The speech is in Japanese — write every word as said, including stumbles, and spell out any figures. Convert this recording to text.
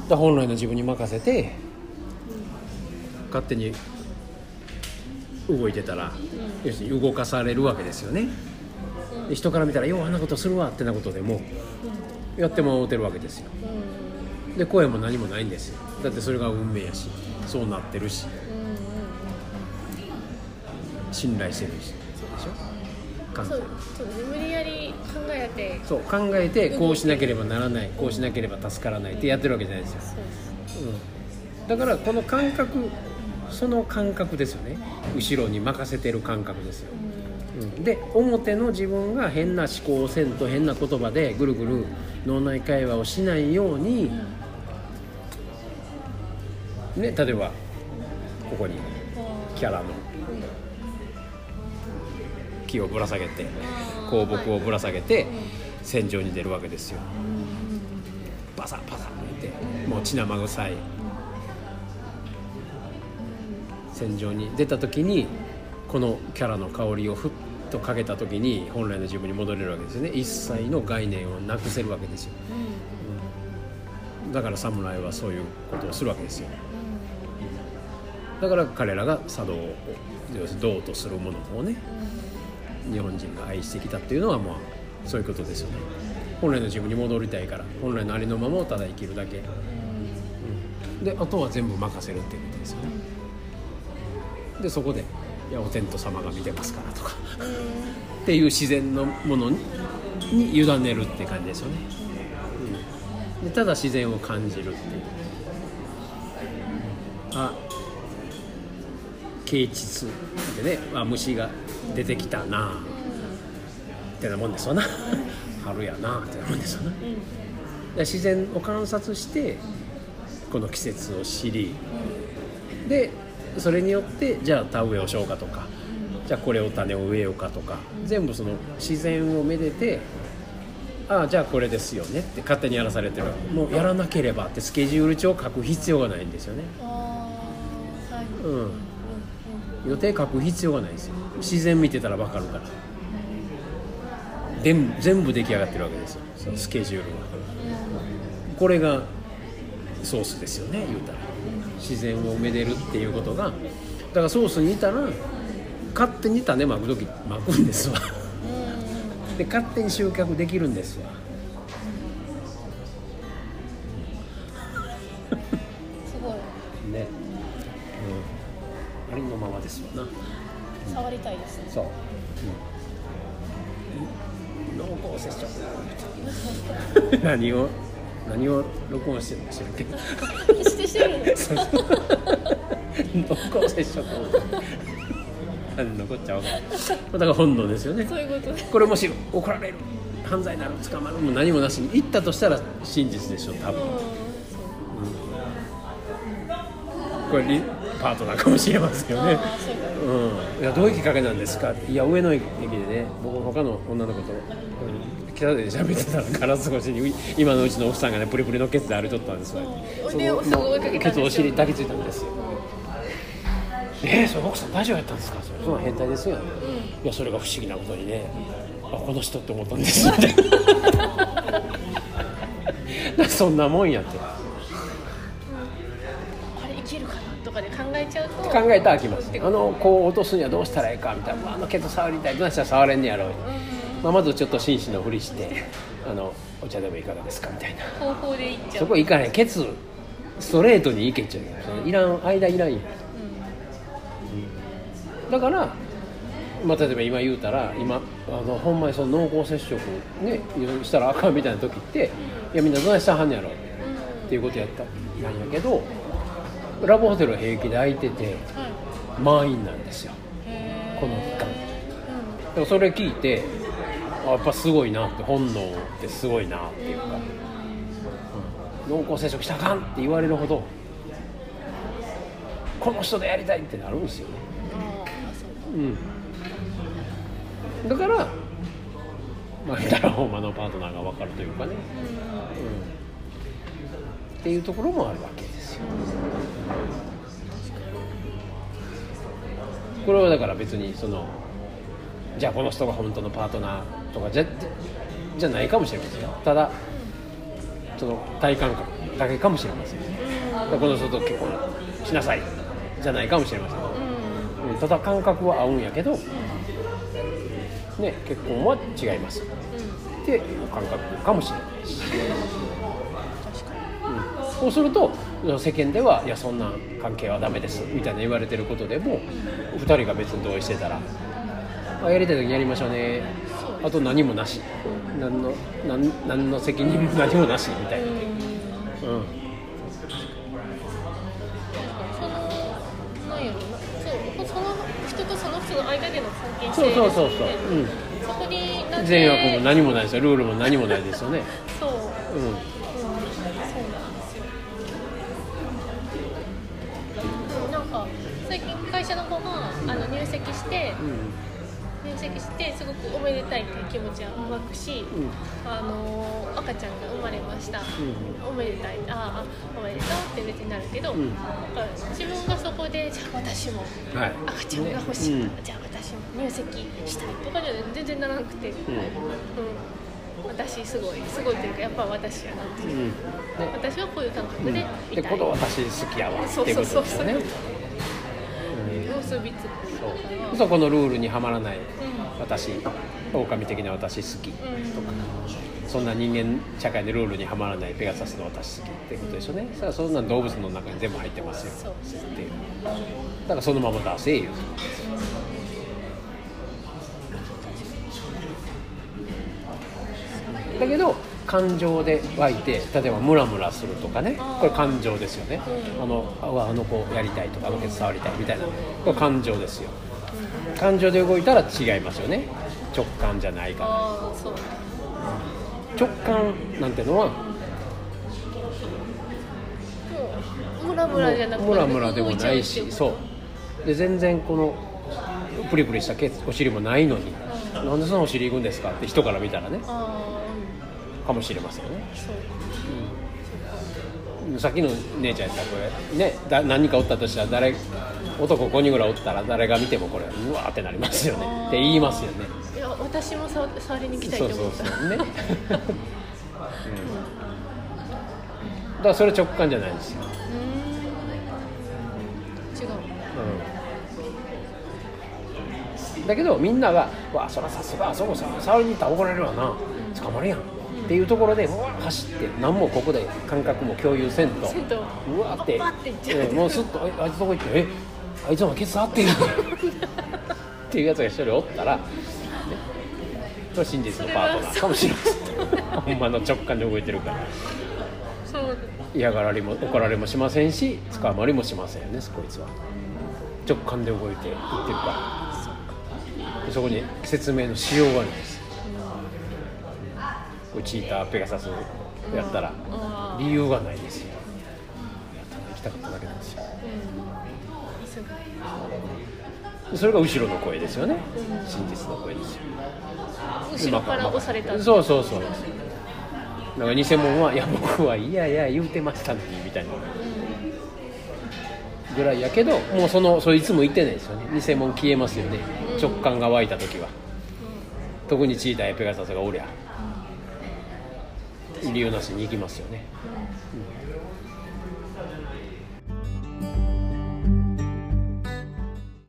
だ本来の自分に任せて、うん、勝手に動いてたら、うん、要するに動かされるわけですよね、うん、で人から見たらようあんなことするわってなことでも、うん、やってもらってるわけですよ、うん、で声も何もないんですよ。だってそれが運命やしそうなってるし、うん、信頼してるし、そうでしょ。 そうそうですね、無理やり考えてそう考えてこうしなければならない、こうしなければ助からないってやってるわけじゃないですよ、うん、だからこの感覚、その感覚ですよね。後ろに任せてる感覚ですよ、うん、で表の自分が変な思考をせんと変な言葉でぐるぐる脳内会話をしないように、ね、例えばここにキャラの木をぶら下げて香木をぶら下げて戦場に出るわけですよ。パサパサってもう血生臭い戦場に出た時にこのキャラの香りをふっとかけた時に本来の自分に戻れるわけですよね。一切の概念をなくせるわけですよ、うん、だから侍はそういうことをするわけですよ。だから彼らが茶道を要するに道とするものをね、日本人が愛してきたっていうのはまあそういうことですよね。本来の自分に戻りたいから本来のありのままをただ生きるだけ、うん、であとは全部任せるっていうことですよね。でそこでいやお天道様が見てますからとかっていう自然のものに委ねるって感じですよね、うん、でただ自然を感じるっていう、あ啓蟄でね、あ虫が出てきたなってなもんですわな春やなってなもんですわな、うん、自然を観察してこの季節を知り、でそれによってじゃあ田植えをしようかとか、じゃあこれを種を植えようかとか、全部その自然をめでて、ああじゃあこれですよねって勝手にやらされてる。もうやらなければってスケジュール帳を書く必要がないんですよね。あ、はい、うん予定書く必要がないですよ。自然見てたら分かるから。で全部出来上がってるわけですよ、そのスケジュールは。これがソースですよね、言うたら。自然をめでるっていうことが、だからソースにいたら勝手に種まくときまくんですわで勝手に収穫できるんですわすごいね、うん、ありのままですわな。 触りたいですね。 そう、うん、濃厚接触何を何を録音してるの知るけどしてしてるのそうそう濃厚接触何残っちゃうかだから本能ですよね。 そういうこと。 これもし怒られる犯罪になる捕まるも何もなしに言ったとしたら真実でしょ多分、うん、これパートナーかもしれませんよね。うん、いやどういうきっかけなんですか。いや上野駅でね僕他の女の子と、うん、北で喋ってたらガラス越しに今のうちの奥さんがねプリプリのケツで歩いとったんですよ。 そでそこ追いかけたんですよ。 ケツお尻抱きついたんですよ。えー、それ奥さん大丈夫やったんですか。それその変態ですよ、ね、うん、いやそれが不思議なことにね、あこの人って思ったんですそんなもんやって、うん、 あれいけるかなとかで考えちゃうと考えたら飽きます。あのこう落とすにはどうしたらいいかみたいな、あのケツ触りたいどうしたら触れんねやろう、うんまあ、まずちょっと紳士のふりしてあのお茶でもいかがですかみたいな方法でいっちゃう。 そこ行かへんケツストレートに行けちゃう、いらん間いらんやん、だから、まあ、例えば今言うたら今あのほんまにその濃厚接触、ね、したらあかんみたいな時っていやみんなどないしたらはんねやろっていうことやったなんやけどラブホテルは平気で空いてて満員なんですよこの期間。でもそれ聞いてあやっぱすごいなって本能ってすごいなっていうか、うん、濃厚接触したらあかんって言われるほどこの人でやりたいってなるんですよね。うん、だから、まあ、見たらほんまのパートナーが分かるというかね、うん、っていうところもあるわけですよ。これはだから別にそのじゃあこの人が本当のパートナーとかじゃ、じゃないかもしれませんよ。ただその体感覚だけかもしれません、うん、この人と結婚しなさいじゃないかもしれません、うん、ただ感覚は合うんやけど、うんね、結婚は違います、うん、っていう感覚かもしれないし、確かに、うん、そうすると世間ではいやそんな関係はダメですみたいな言われてることでも、うん、ふたりが別に同意してたらあやりたい時にやりましょうね、あと何もなし、何の、何、何の責任も何もなしみたいな、うん、うん、 その何やろな、その人とその人の間での関係性ですよね。そうそうそうそう、うん、 そこになんで善悪も何もないですよ、ルールも何もないですよね。 そう、うん、うん、そうなんですよ。うん、なんか最近会社の子があの入籍して、うん、入籍してすごくおめでたいっていう気持ちは湧くし、うん、あの赤ちゃんが生まれました、うん、おめでたい、ああおめでとうって別になるけど、うん、なんか自分がそこでじゃあ私も赤ちゃんが欲しい、はい、じゃあ私も入籍したいとかじゃ全然ならなくて、うんうん、私すごいすごいというかやっぱ私やなっていう、うん、私はこういう感覚でいたい、 うん、でこの私好きやわっていうことですよね。 結びつくそうそこのルールにはまらない、うん、私狼的な私好きとか、うん、そんな人間社会のルールにはまらないペガサスの私好きってことですよね、うん、そんな動物の中に全部入ってますよっていう、だからそのまま出せよ、だけど感情で湧いて例えばムラムラするとかね、これ感情ですよね、うん、あのあの子やりたいとかあの子触りたいみたいな、これ感情ですよ、うん、感情で動いたら違いますよね、直感じゃないから。 あそう、 直感なんてのはもうムラムラじゃなくてムラムラでもないし、そうで全然このプリプリしたお尻もないのに、うん、なんでそのお尻行くんですかって人から見たらねかもしれませんよね。そう、うん、さっきの姉ちゃんやったらこれねだ何人かおったとしたら誰男ごにんぐらいおったら誰が見てもこれうわーってなりますよねって言いますよね。 いや私も触りに来たいと思った。そうそうそうね、うん、だからそれ直感じゃないんですよ。 違う、 うん、だけどみんながわあそらさすがあそこさ触りに行ったら怒られるわな、捕まるやんっていうところでうわ走って何もここで感覚も共有せんとうわってえもうすっとあいつどこ行ってえあいつもケツ合ってるっていうやつが一人おったら、ね、それ真実のパートナーかもしれませんほんまの直感で動いてるからそう嫌がられも怒られもしませんし捕まりもしませんよね、こいつは直感で動いていってるからそこに説明のしようがないです。チーターペガサスやったら理由がないですよ。行きたかっただけなんですよ、うん、それが後ろの声ですよね、うん、真実の声ですよ。 後ろから押された、まあ、 そうそうそう。なんか偽物はいや僕はいやいや言うてましたねみたいなぐらいやけどもうそのそれいつも言ってないですよね。偽物消えますよね、うん、直感が湧いた時は、うん、特にチーターやペガサスがおりゃ理由なしに行きますよね、うん